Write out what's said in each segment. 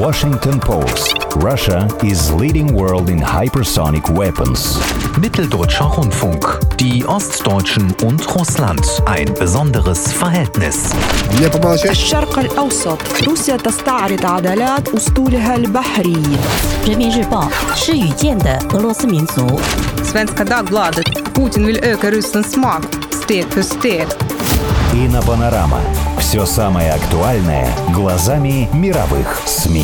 Washington Post. Russia is leading world in hypersonic weapons. Mitteldeutscher Rundfunk. Die Ostdeutschen und Russland. Ein besonderes Verhältnis. الشرق الأوسط. روسيا تستعرض عضلات أسطولها البحري. 人民日报是语见的俄罗斯民族。 Svenska Dagbladet. Putin vill öka Rysslands makt steg för steg. Инопанорама. Все самое актуальное глазами мировых СМИ.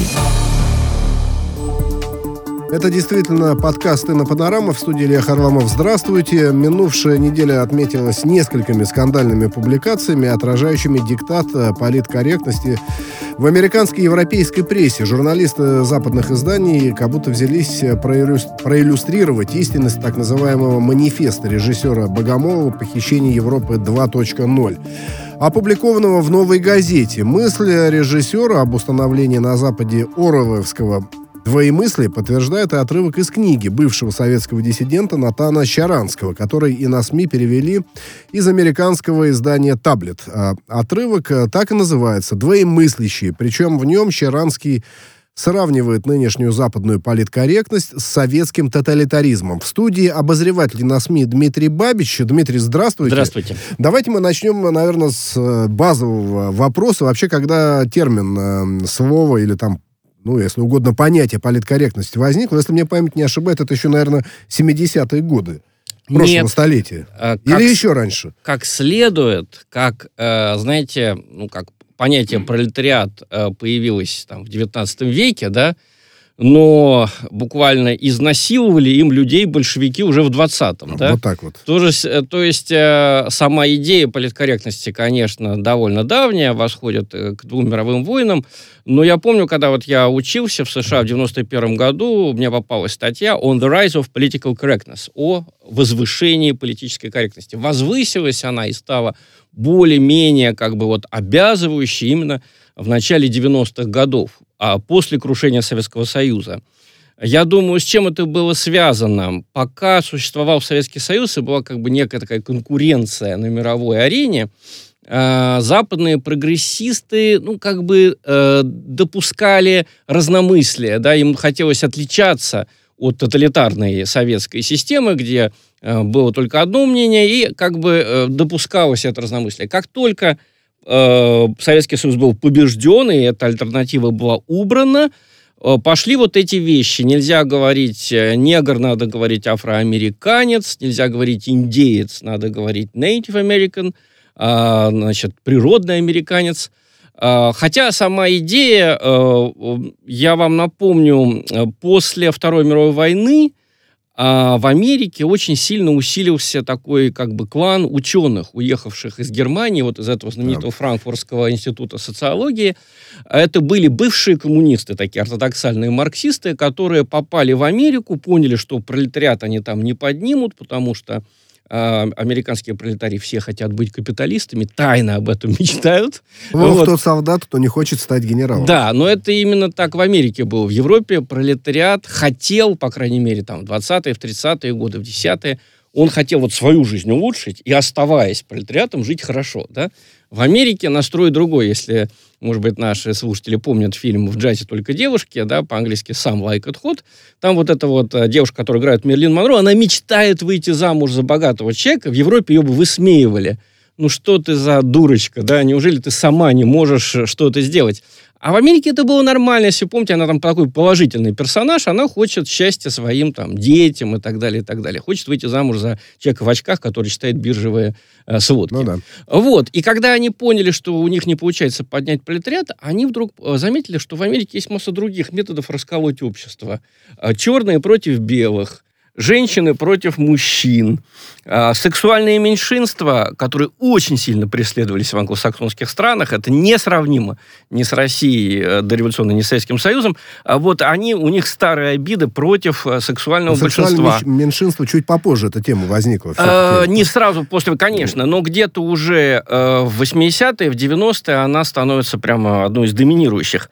Это действительно подкаст «Инопанорама». В студии Илья Харламов. Здравствуйте. Минувшая неделя отметилась несколькими скандальными публикациями, отражающими диктат политкорректности в американской и европейской прессе. Журналисты западных изданий как будто взялись проиллюстрировать истинность так называемого манифеста режиссера Богомолова «Похищение Европы 2.0». Опубликованного в «Новой газете». Мысль режиссера об установлении на Западе оруэлловского двоемыслия подтверждает и отрывок из книги бывшего советского диссидента Натана Щаранского, который и на СМИ перевели из американского издания «Таблет». Отрывок так и называется «Двоемыслящие». Причем в нем Щаранский сравнивает нынешнюю западную политкорректность с советским тоталитаризмом. В студии обозреватель на СМИ Дмитрий Бабич. Дмитрий, здравствуйте. Здравствуйте. Давайте мы начнем, наверное, с базового вопроса. Вообще, когда термин, слово или там, если угодно, понятие политкорректности возникло, если мне память не ошибает, это еще, наверное, 70-е годы прошлого столетия. Или еще раньше? Как следует, знаете, как понятие пролетариат появилось там в 19 веке, да, но буквально изнасиловали им людей большевики уже в 20-м. Да? Вот так вот. То есть сама идея политкорректности, конечно, довольно давняя, восходит к 2 мировым войнам, но я помню, когда я учился в США в 91 году, мне попалась статья «On the rise of political correctness», о возвышении политической корректности. Возвысилась она и стала более-менее обязывающей именно в начале 90-х годов, а после крушения Советского Союза. Я думаю, с чем это было связано? Пока существовал Советский Союз, и была некая такая конкуренция на мировой арене, западные прогрессисты, допускали разномыслие, да, им хотелось отличаться от тоталитарной советской системы, где было только одно мнение, и допускалось это разномыслие. Как только Советский Союз был побежден, и эта альтернатива была убрана, пошли эти вещи. Нельзя говорить негр, надо говорить афроамериканец, нельзя говорить индеец, надо говорить Native American, природный американец. Хотя сама идея, я вам напомню, после Второй мировой войны в Америке очень сильно усилился такой клан ученых, уехавших из Германии, из этого знаменитого Франкфуртского института социологии. Это были бывшие коммунисты, такие ортодоксальные марксисты, которые попали в Америку, поняли, что пролетариат они там не поднимут, потому что американские пролетарии все хотят быть капиталистами, тайно об этом мечтают. Кто солдат, кто не хочет стать генералом. Да, но это именно так в Америке было. В Европе пролетариат хотел, по крайней мере, в 20-е, в 30-е годы, в 10-е, он хотел свою жизнь улучшить и, оставаясь пролетариатом, жить хорошо. Да? В Америке настрой другой. Если, может быть, наши слушатели помнят фильм «В джазе только девушки», да, по-английски «Some Like It Hot», там эта девушка, которая играет Мерлин Монро, она мечтает выйти замуж за богатого человека. В Европе ее бы высмеивали. Что ты за дурочка, да? Неужели ты сама не можешь что-то сделать? А в Америке это было нормально. Если помните, она там такой положительный персонаж, она хочет счастья своим детям и так далее, и так далее. Хочет выйти замуж за человека в очках, который читает биржевые сводки. Да. И когда они поняли, что у них не получается поднять пролетариат, они вдруг заметили, что в Америке есть масса других методов расколоть общество. Черные против белых, женщины против мужчин, сексуальные меньшинства, которые очень сильно преследовались в англосаксонских странах, это несравнимо ни с Россией дореволюционной, ни с Советским Союзом, у них старые обиды против сексуального большинства. Меньшинство чуть попозже эта тема возникла. Не сразу после, конечно, но где-то уже в 80-е, в 90-е она становится прямо одной из доминирующих.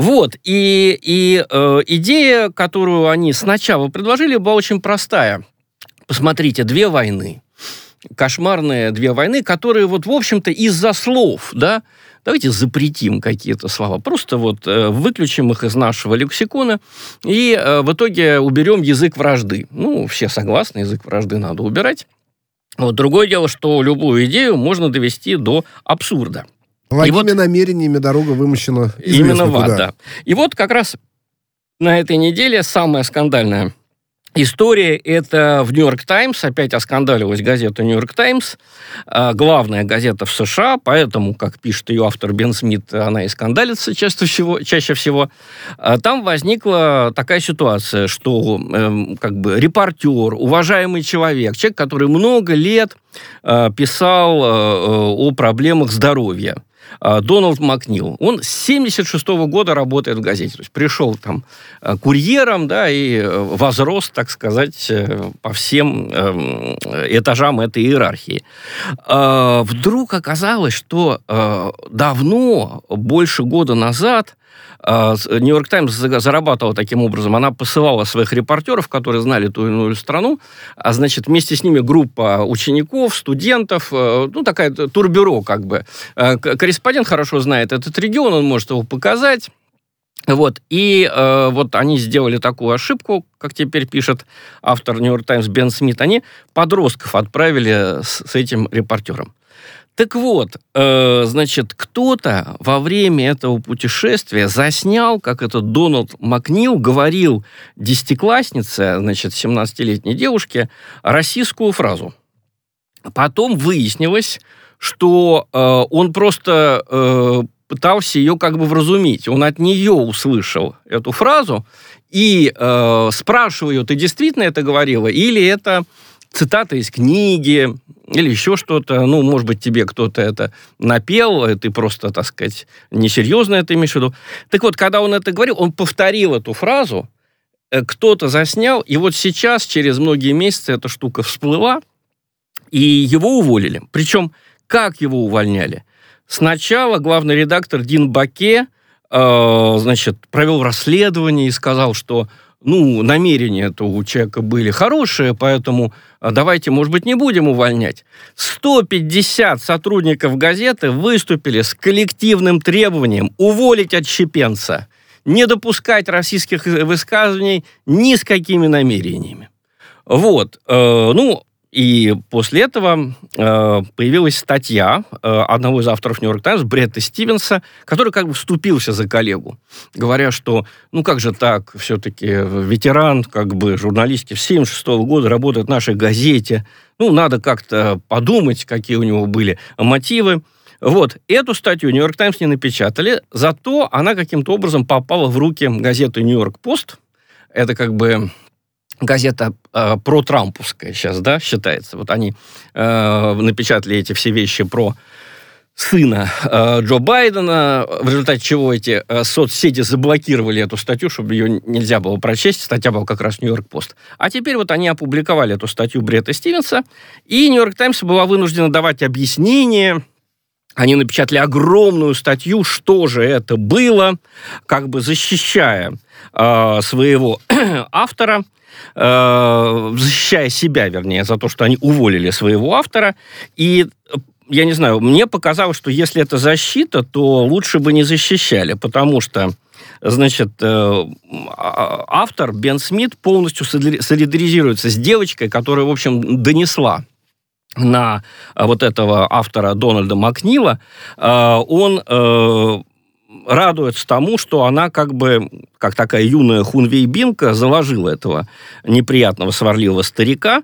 И идея, которую они сначала предложили, была очень простая. Посмотрите, 2 войны. кошмарные две войны, которые вот, в общем-то, из-за слов, да, давайте запретим какие-то слова, просто вот выключим их из нашего лексикона и в итоге уберем язык вражды. Ну, все согласны, язык вражды надо убирать. Вот другое дело, что любую идею можно довести до абсурда. Благими намерениями дорога вымощена именно в ад, куда. да. И вот как раз на этой неделе самая скандальная история, это в «Нью-Йорк Таймс», опять оскандалилась газета «Нью-Йорк Таймс», главная газета в США, поэтому, как пишет ее автор Бен Смит, она и скандалится чаще всего. Там возникла такая ситуация, что как бы репортер, уважаемый человек, который много лет писал о проблемах здоровья, Дональд Макнил. Он с 1976 года работает в газете. То есть пришел там курьером, да, и возрос, так сказать, по всем этажам этой иерархии. Вдруг оказалось, что давно, больше года назад, «Нью-Йорк Таймс» зарабатывала таким образом. Она посылала своих репортеров, которые знали ту или иную страну, а значит, вместе с ними группа учеников, студентов, ну, такая турбюро, как бы. Корреспондент хорошо знает этот регион, он может его показать. Вот. И вот они сделали такую ошибку, как теперь пишет автор «Нью-Йорк Таймс» Бен Смит. Они подростков отправили с этим репортером. Так вот, значит, кто-то во время этого путешествия заснял, как этот Дональд Макнил говорил десятикласснице, значит, 17-летней девушке, российскую фразу. Потом выяснилось, что он просто пытался ее как бы вразумить. Он от нее услышал эту фразу и спрашивал ее, ты действительно это говорила, или это цитата из книги, или еще что-то, ну, может быть, тебе кто-то это напел, ты просто, так сказать, несерьезно это имеешь в виду. Так вот, когда он это говорил, он повторил эту фразу, кто-то заснял, и вот сейчас, через многие месяцы, эта штука всплыла, и его уволили. Причем, как его увольняли? Сначала главный редактор Дин Баке, значит, провел расследование и сказал, что намерения этого у человека были хорошие, поэтому давайте, может быть, не будем увольнять. 150 сотрудников газеты выступили с коллективным требованием уволить отщепенца, не допускать российских высказываний ни с какими намерениями. Вот. И после этого появилась статья одного из авторов «Нью-Йорк Таймс», Бретта Стивенса, который как бы вступился за коллегу, говоря, что, как же так, все-таки ветеран, как бы журналистики с 1976 года работает в нашей газете, надо как-то подумать, какие у него были мотивы. Вот, эту статью «Нью-Йорк Таймс» не напечатали, зато она каким-то образом попала в руки газеты «Нью-Йорк Пост». Это как бы газета протрамповская сейчас, да, считается. Вот они напечатали эти все вещи про сына Джо Байдена, в результате чего эти соцсети заблокировали эту статью, чтобы ее нельзя было прочесть. Статья была как раз «Нью-Йорк Пост». А теперь вот они опубликовали эту статью Бретта Стивенса, и «Нью-Йорк Таймс» была вынуждена давать объяснение. Они напечатали огромную статью, что же это было, как бы защищая своего автора, защищая себя, вернее, за то, что они уволили своего автора. И, я не знаю, мне показалось, что если это защита, то лучше бы не защищали, потому что, значит, автор Бен Смит полностью солидаризируется с девочкой, которая, в общем, донесла на вот этого автора Дональда Макнила. Он радуется тому, что она как бы, как такая юная хунвейбинка, заложила этого неприятного, сварливого старика.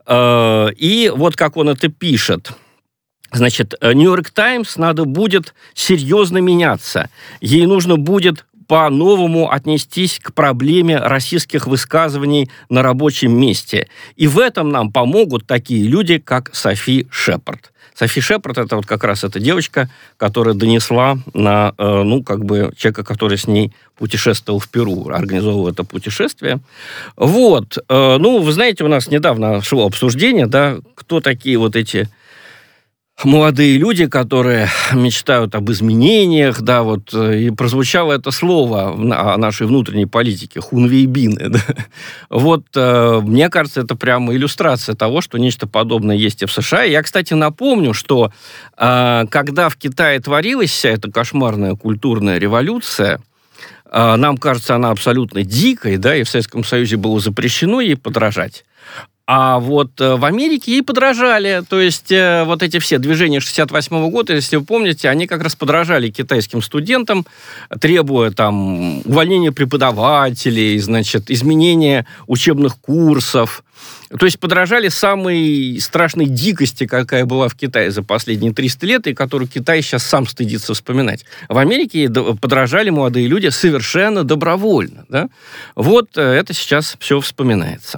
И вот как он это пишет. Значит, «Нью-Йорк Таймс» надо будет серьезно меняться. Ей нужно будет по-новому отнестись к проблеме российских высказываний на рабочем месте. И в этом нам помогут такие люди, как Софи Шепард. Софи Шепард – это вот как раз эта девочка, которая донесла на, человека, который с ней путешествовал в Перу, организовывал это путешествие. Вот. Вы знаете, у нас недавно шло обсуждение, да, кто такие вот эти молодые люди, которые мечтают об изменениях, да, вот, и прозвучало это слово о нашей внутренней политике, хунвейбины, да. Вот, мне кажется, это прямо иллюстрация того, что нечто подобное есть и в США. Я, кстати, напомню, что когда в Китае творилась вся эта кошмарная культурная революция, нам кажется, она абсолютно дикой, да, и в Советском Союзе было запрещено ей подражать. А вот в Америке ей подражали. То есть вот эти все движения 68 года, если вы помните, они как раз подражали китайским студентам, требуя там увольнения преподавателей, значит, изменения учебных курсов. То есть подражали самой страшной дикости, какая была в Китае за последние 300 лет, и которую Китай сейчас сам стыдится вспоминать. В Америке подражали молодые люди совершенно добровольно. Да? Вот это сейчас все вспоминается.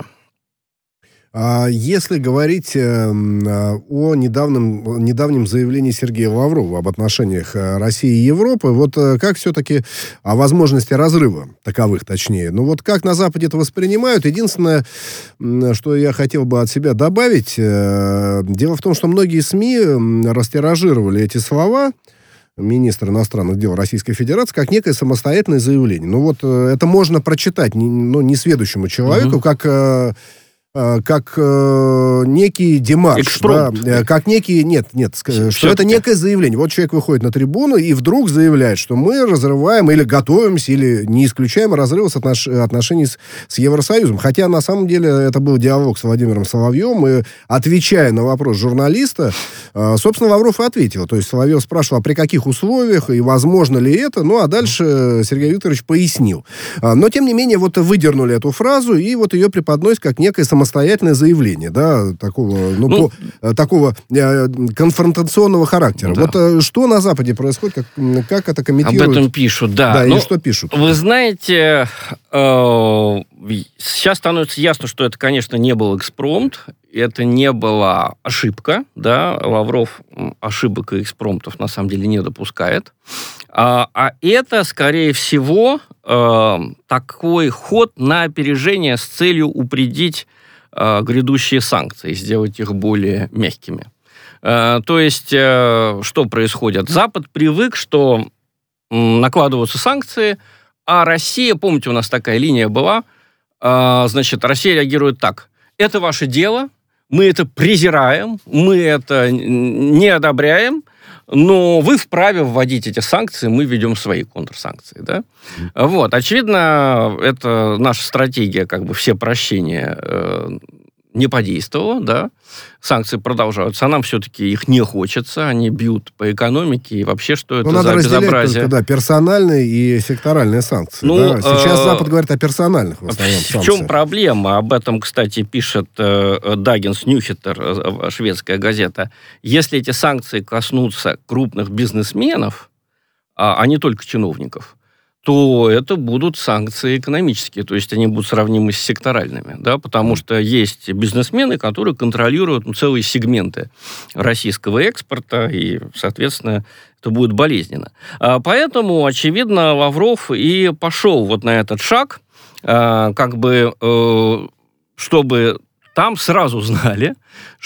Если говорить о недавнем заявлении Сергея Лаврова об отношениях России и Европы, вот как все-таки о возможности разрыва таковых, точнее, ну вот как на Западе это воспринимают? Единственное, что я хотел бы от себя добавить, дело в том, что многие СМИ растиражировали эти слова министра иностранных дел Российской Федерации как некое самостоятельное заявление. Ну вот это можно прочитать несведущему человеку, как некий демарш, да, как некий... Нет, что это некое заявление. Вот человек выходит на трибуну и вдруг заявляет, что мы разрываем или готовимся, или не исключаем разрыв отношений с Евросоюзом. Хотя, на самом деле, это был диалог с Владимиром Соловьевым, и, отвечая на вопрос журналиста, собственно, Лавров и ответил. То есть Соловьев спрашивал, а при каких условиях, и возможно ли это, ну, а дальше Сергей Викторович пояснил. Но, тем не менее, вот выдернули эту фразу, и вот ее преподносят как некое самостоятельное заявление, да, такого конфронтационного характера. Да. Вот что на Западе происходит, как это комментируют? Об этом пишут, да. Да, и что пишут? Вы знаете, сейчас становится ясно, что это, конечно, не был экспромт, это не была ошибка, да, Лавров ошибок и экспромтов на самом деле не допускает, а это, скорее всего, такой ход на опережение с целью упредить грядущие санкции, сделать их более мягкими. То есть, что происходит? Запад привык, что накладываются санкции, а Россия, помните, у нас такая линия была, значит, Россия реагирует так. Это ваше дело, мы это презираем, мы это не одобряем, но вы вправе вводить эти санкции, мы ведем свои контрсанкции, да? Вот, очевидно, это наша стратегия, как бы все прощения не подействовала, да? Санкции продолжаются, а нам все-таки их не хочется, они бьют по экономике, и вообще, что это за безобразие? Только, да, персональные и секторальные санкции. Ну, да? Сейчас Запад говорит о персональных, в основном, санкциях. В чем проблема? Об этом, кстати, пишет Дагенс Нюхетер, шведская газета. Если эти санкции коснутся крупных бизнесменов, а не только чиновников, то это будут санкции экономические, то есть они будут сравнимы с секторальными, да, потому что есть бизнесмены, которые контролируют целые сегменты российского экспорта, и, соответственно, это будет болезненно. Поэтому, очевидно, Лавров и пошел вот на этот шаг, как бы, чтобы там сразу знали,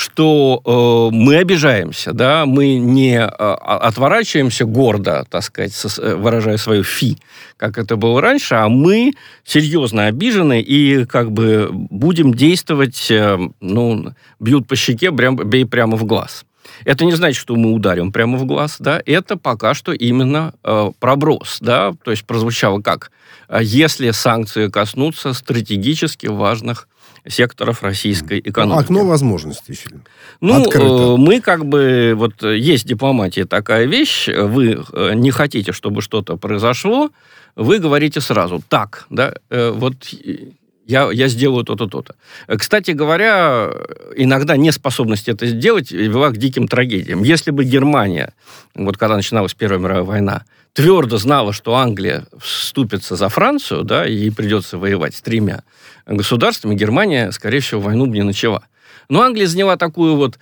что мы обижаемся, да, мы не отворачиваемся гордо, так сказать, выражая свое «фи», как это было раньше, а мы серьезно обижены и как бы будем действовать, ну, бьют по щеке, бей прямо в глаз. Это не значит, что мы ударим прямо в глаз, да, это пока что именно проброс, да, то есть прозвучало как, если санкции коснутся стратегически важных секторов российской экономики. Окно возможностей еще. Ну, открыто. Мы как бы, вот есть дипломатия такая вещь, вы не хотите, чтобы что-то произошло, вы говорите сразу, так, да, вот я сделаю то-то, то-то. Кстати говоря, иногда неспособность это сделать вела к диким трагедиям. Если бы Германия, вот когда начиналась Первая мировая война, твердо знала, что Англия вступится за Францию, да, и ей придется воевать с 3 государствами, Германия, скорее всего, войну бы не начала. Но Англия заняла такую вот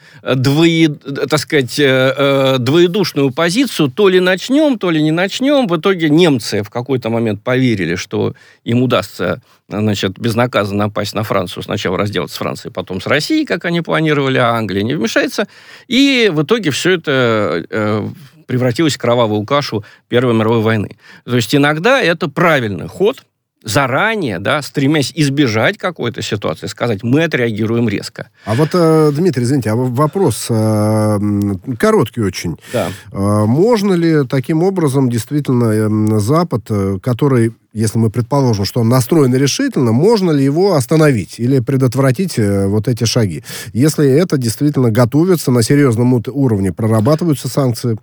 двоедушную позицию. То ли начнем, то ли не начнем. В итоге немцы в какой-то момент поверили, что им удастся, значит, безнаказанно напасть на Францию. Сначала разделаться с Францией, потом с Россией, как они планировали, а Англия не вмешается. И в итоге все это превратилось в кровавую кашу Первой мировой войны. То есть иногда это правильный ход, заранее, да, стремясь избежать какой-то ситуации, сказать, мы отреагируем резко. А вот, Дмитрий, извините, вопрос короткий очень. Да. Можно ли таким образом действительно Запад, который, если мы предположим, что он настроен решительно, можно ли его остановить или предотвратить вот эти шаги? Если это действительно готовится на серьезном уровне, прорабатываются санкции?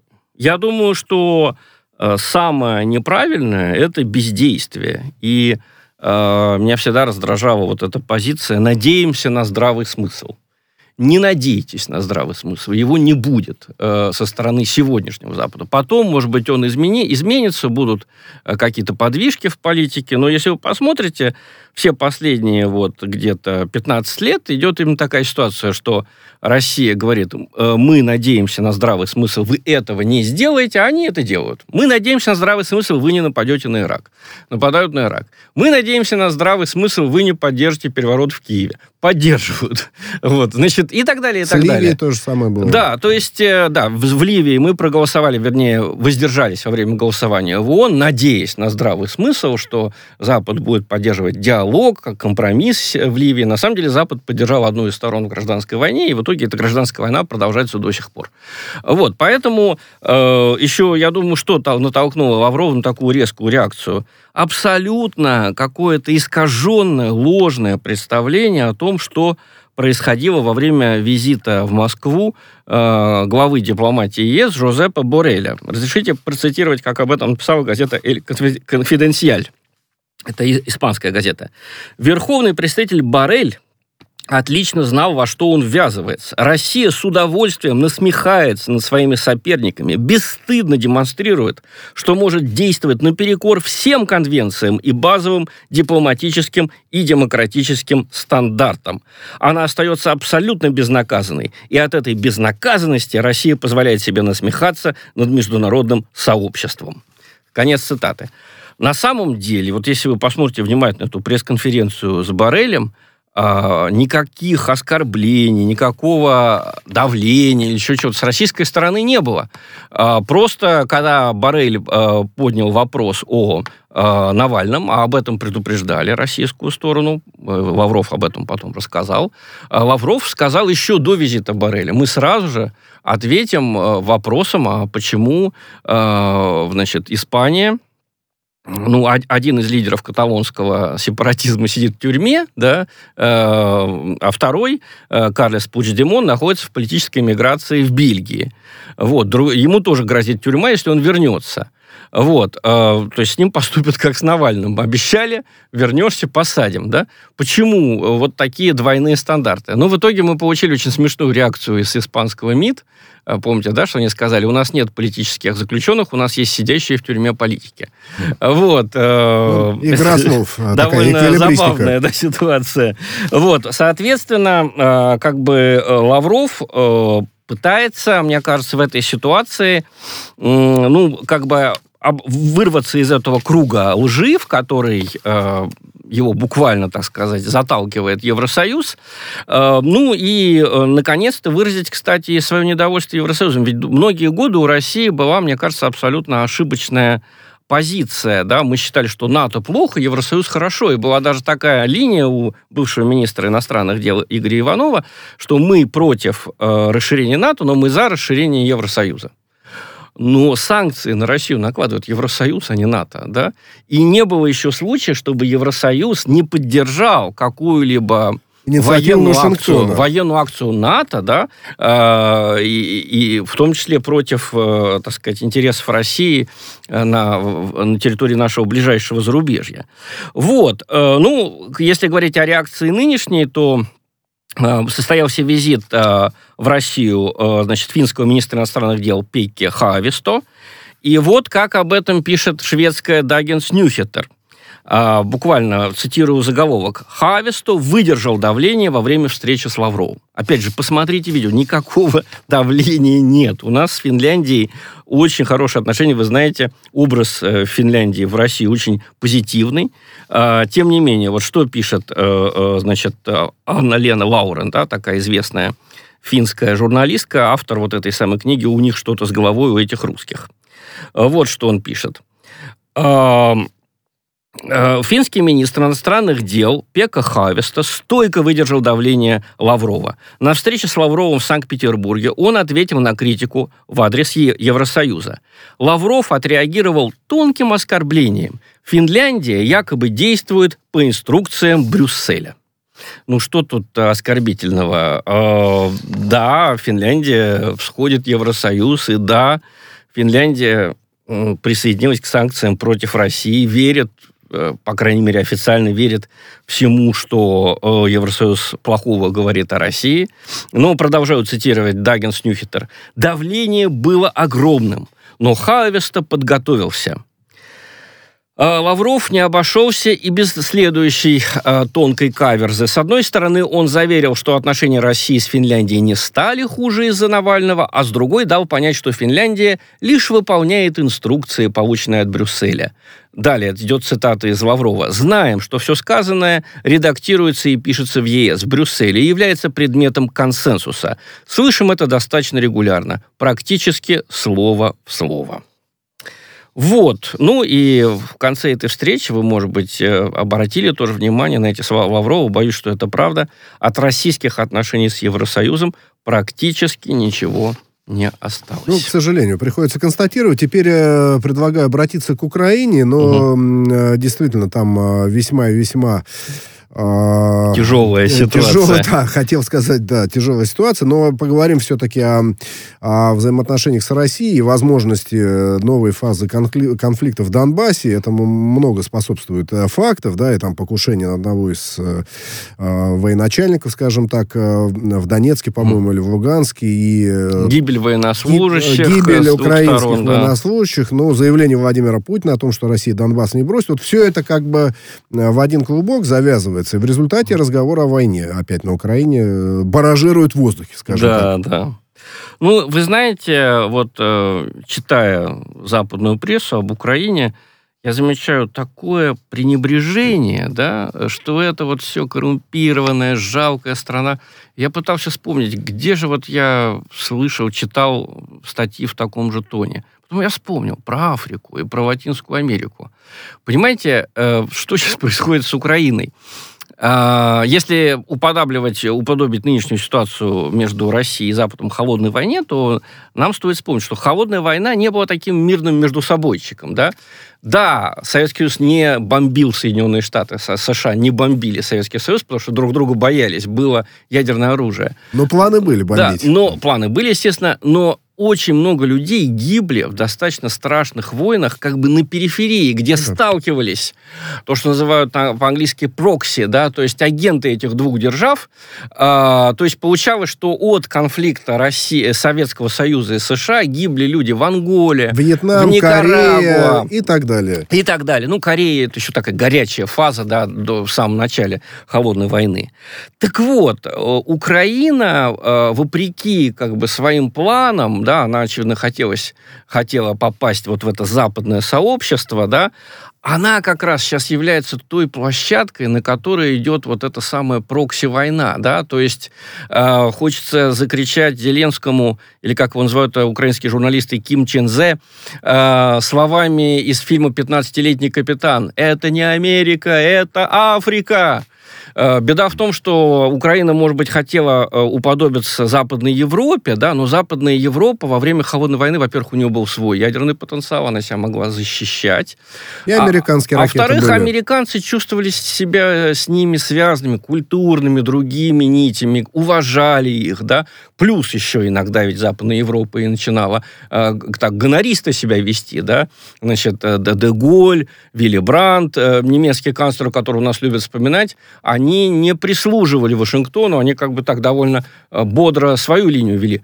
Я думаю, что самое неправильное – это бездействие. И меня всегда раздражала вот эта позиция «надеемся на здравый смысл». Не надейтесь на здравый смысл, его не будет со стороны сегодняшнего Запада. Потом, может быть, он изменится, будут какие-то подвижки в политике, но если вы посмотрите, все последние вот где-то 15 лет идет именно такая ситуация, что Россия говорит, мы надеемся на здравый смысл, вы этого не сделаете, а они это делают. Мы надеемся на здравый смысл, вы не нападете на Ирак. Нападают на Ирак. Мы надеемся на здравый смысл, вы не поддержите переворот в Киеве. Поддерживают. Вот, значит, и так далее, и так далее. С Ливией то же самое было. Да, то есть, да, в Ливии мы проголосовали, вернее, воздержались во время голосования в ООН, надеясь на здравый смысл, что Запад будет поддерживать диалог, компромисс в Ливии. На самом деле Запад поддержал одну из сторон в гражданской войне, и в итоге эта гражданская война продолжается до сих пор. Вот, поэтому еще, я думаю, что-то натолкнуло Лаврова на такую резкую реакцию. Абсолютно какое-то искаженное, ложное представление о том, что происходило во время визита в Москву главы дипломатии ЕС Жозепа Борреля. Разрешите процитировать, как об этом написала газета «Эль Конфиденсиаль». Это испанская газета. Верховный представитель Боррель отлично знал, во что он ввязывается. Россия с удовольствием насмехается над своими соперниками, бесстыдно демонстрирует, что может действовать наперекор всем конвенциям и базовым дипломатическим и демократическим стандартам. Она остается абсолютно безнаказанной, и от этой безнаказанности Россия позволяет себе насмехаться над международным сообществом. Конец цитаты. На самом деле, вот если вы посмотрите внимательно эту пресс-конференцию с Боррелем, никаких оскорблений, никакого давления или еще чего-то с российской стороны не было. Просто, когда Боррель поднял вопрос о Навальном, а об этом предупреждали российскую сторону, Лавров об этом потом рассказал, Лавров сказал еще до визита Борреля, мы сразу же ответим вопросом, а почему, значит, Испания... один из лидеров каталонского сепаратизма сидит в тюрьме, да, а второй, Карлес Пучдемон, находится в политической миграции в Бельгии. Вот, ему тоже грозит тюрьма, если он вернется. Вот, то есть с ним поступят как с Навальным. Обещали, вернешься, посадим, да? Почему вот такие двойные стандарты? В итоге мы получили очень смешную реакцию из испанского МИД. Помните, да, что они сказали? У нас нет политических заключенных, у нас есть сидящие в тюрьме политики. Вот. Игра слов. Довольно забавная, да, ситуация. Вот, соответственно, как бы Лавров пытается, мне кажется, в этой ситуации, как бы вырваться из этого круга лжи, в который его буквально, так сказать, заталкивает Евросоюз, и, наконец-то, выразить, кстати, свое недовольство Евросоюзом. Ведь многие годы у России была, мне кажется, абсолютно ошибочная позиция, да, мы считали, что НАТО плохо, Евросоюз хорошо, и была даже такая линия у бывшего министра иностранных дел Игоря Иванова, что мы против расширения НАТО, но мы за расширение Евросоюза. Но санкции на Россию накладывает Евросоюз, а не НАТО, да, и не было еще случая, чтобы Евросоюз не поддержал какую-либо военную акцию НАТО, да, и в том числе против, так сказать, интересов России на территории нашего ближайшего зарубежья. Вот. Если говорить о реакции нынешней, то состоялся визит в Россию, значит, финского министра иностранных дел Пекки Хааvisто. И вот как об этом пишет шведская Dagens Nyheter. Буквально цитирую заголовок. Хааvisto выдержал давление во время встречи с Лавровым. Опять же, посмотрите видео. Никакого давления нет. У нас с Финляндией очень хорошие отношения. Вы знаете, образ Финляндии в России очень позитивный. Тем не менее, вот что пишет, значит, Анна-Лена Лаурен, да, такая известная финская журналистка, автор вот этой самой книги «У них что-то с головой у этих русских». Вот что он пишет. Финский министр иностранных дел Пекка Хааvisto стойко выдержал давление Лаврова. На встрече с Лавровым в Санкт-Петербурге он ответил на критику в адрес Евросоюза. Лавров отреагировал тонким оскорблением. Финляндия якобы действует по инструкциям Брюсселя. Ну, что тут оскорбительного? Да, Финляндия входит в Евросоюз, и да, Финляндия присоединилась к санкциям против России, верит, по крайней мере, официально верит всему, что Евросоюз плохого говорит о России. Но продолжаю цитировать Дагенс Нюхетер. «Давление было огромным, но Хааvisto подготовился». Лавров не обошелся и без следующей тонкой каверзы. С одной стороны, он заверил, что отношения России с Финляндией не стали хуже из-за Навального, а с другой дал понять, что Финляндия лишь выполняет инструкции, полученные от Брюсселя. Далее идет цитата из Лаврова. «Знаем, что все сказанное редактируется и пишется в ЕС, в Брюсселе, и является предметом консенсуса. Слышим это достаточно регулярно, практически слово в слово». Вот. Ну и в конце этой встречи вы, может быть, обратили тоже внимание на эти слова Лаврова. Боюсь, что это правда. От российских отношений с Евросоюзом практически ничего не осталось. Ну, к сожалению, приходится констатировать. Теперь предлагаю обратиться к Украине, но действительно там весьма и весьма... Тяжелая ситуация. Тяжелая, да, хотел сказать, да, тяжелая ситуация, но поговорим все-таки о взаимоотношениях с Россией и возможности новой фазы конфликта в Донбассе. Этому много способствует фактов, да, и там покушение на одного из военачальников, скажем так, в Донецке, по-моему, или в Луганске. И гибель военнослужащих. Гибель украинских военнослужащих. Ну, заявление Владимира Путина о том, что Россия Донбасс не бросит. Вот все это как бы в один клубок завязывается. И в результате разговора о войне опять на Украине баражирует в воздухе, скажем так. Да. Ну, вы знаете, вот читая западную прессу об Украине, я замечаю такое пренебрежение, да, что это вот все коррумпированная, жалкая страна. Я пытался вспомнить, где же вот я слышал, читал статьи в таком же тоне. Потом я вспомнил про Африку и про Латинскую Америку. Понимаете, что сейчас происходит с Украиной? Если уподобить нынешнюю ситуацию между Россией и Западом холодной войне, то нам стоит вспомнить, что холодная война не была таким мирным междусобойчиком, да? Да, Советский Союз не бомбил Соединенные Штаты, США не бомбили Советский Союз, потому что друг друга боялись, было ядерное оружие. Но планы были бомбить. Да, но планы были, естественно, но очень много людей гибли в достаточно страшных войнах как бы на периферии, где сталкивались, то, что называют по-английски прокси, да, то есть агенты этих двух держав. То есть получалось, что от конфликта России, Советского Союза и США гибли люди в Анголе, Вьетнам, в Никарагуа. Корея и так далее. И так далее. Ну, Корея – это еще такая горячая фаза, да, в самом начале холодной войны. Так вот, Украина, вопреки как бы своим планам, да, она, очевидно, хотела попасть вот в это западное сообщество, да, она как раз сейчас является той площадкой, на которой идет вот эта самая прокси-война, да, то есть хочется закричать Зеленскому, или как его называют украинские журналисты, Ким Чен Зе, словами из фильма «15-летний капитан». «Это не Америка, это Африка». Беда в том, что Украина, может быть, хотела уподобиться Западной Европе, да, но Западная Европа во время холодной войны, во-первых, у нее был свой ядерный потенциал, она себя могла защищать. И американские ракеты во-вторых, были. Американцы чувствовали себя с ними связанными культурными, другими нитями, уважали их, да. Плюс еще иногда ведь Западная Европа и начинала так гонористо себя вести, да. Значит, де Голль, Вилли Брандт, немецкий канцлер, который у нас любят вспоминать, они не прислуживали Вашингтону, они как бы так довольно бодро свою линию вели.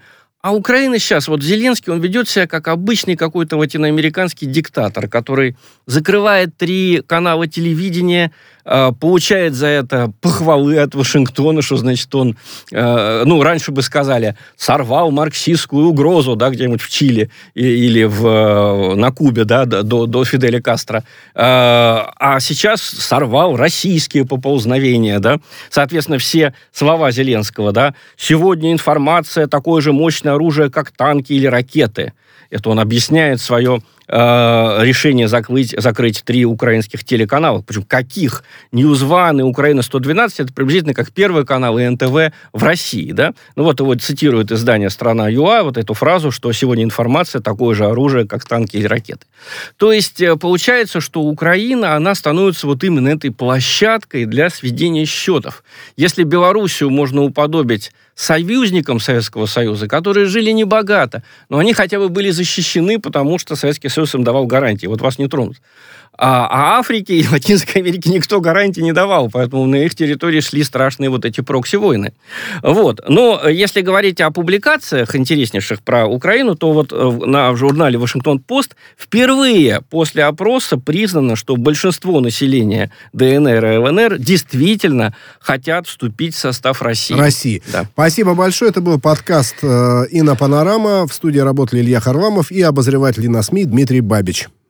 А Украина сейчас, вот Зеленский, он ведет себя как обычный какой-то латиноамериканский диктатор, который закрывает 3 канала телевидения, получает за это похвалы от Вашингтона, что, значит, он, раньше бы сказали, сорвал марксистскую угрозу, да, где-нибудь в Чили или на Кубе, да, до Фиделя Кастро. А сейчас сорвал российские поползновения, да. Соответственно, все слова Зеленского, да, сегодня информация такое же мощное оружие, как танки или ракеты. Это он объясняет свое решение закрыть 3 украинских телеканала. Причем каких? Ньюзван и Украина-112 это приблизительно как Первый канал и НТВ в России, да? Ну вот его цитирует издание «Страна.ЮА», вот эту фразу, что сегодня информация такое же оружие, как танки или ракеты. То есть получается, что Украина, она становится вот именно этой площадкой для сведения счетов. Если Белоруссию можно уподобить союзникам Советского Союза, которые жили небогато, но они хотя бы были защищены, потому что Советский Союз им давал гарантии. Вот вас не тронут. А Африке и Латинской Америке никто гарантий не давал, поэтому на их территории шли страшные вот эти прокси-войны. Вот. Но если говорить о публикациях интереснейших про Украину, то вот в журнале «Вашингтон-Пост» впервые после опроса признано, что большинство населения ДНР и ЛНР действительно хотят вступить в состав России. Да. Спасибо большое. Это был подкаст «Инопанорама». В студии работали Илья Харламов и обозреватель на СМИ Дмитрий Бабич.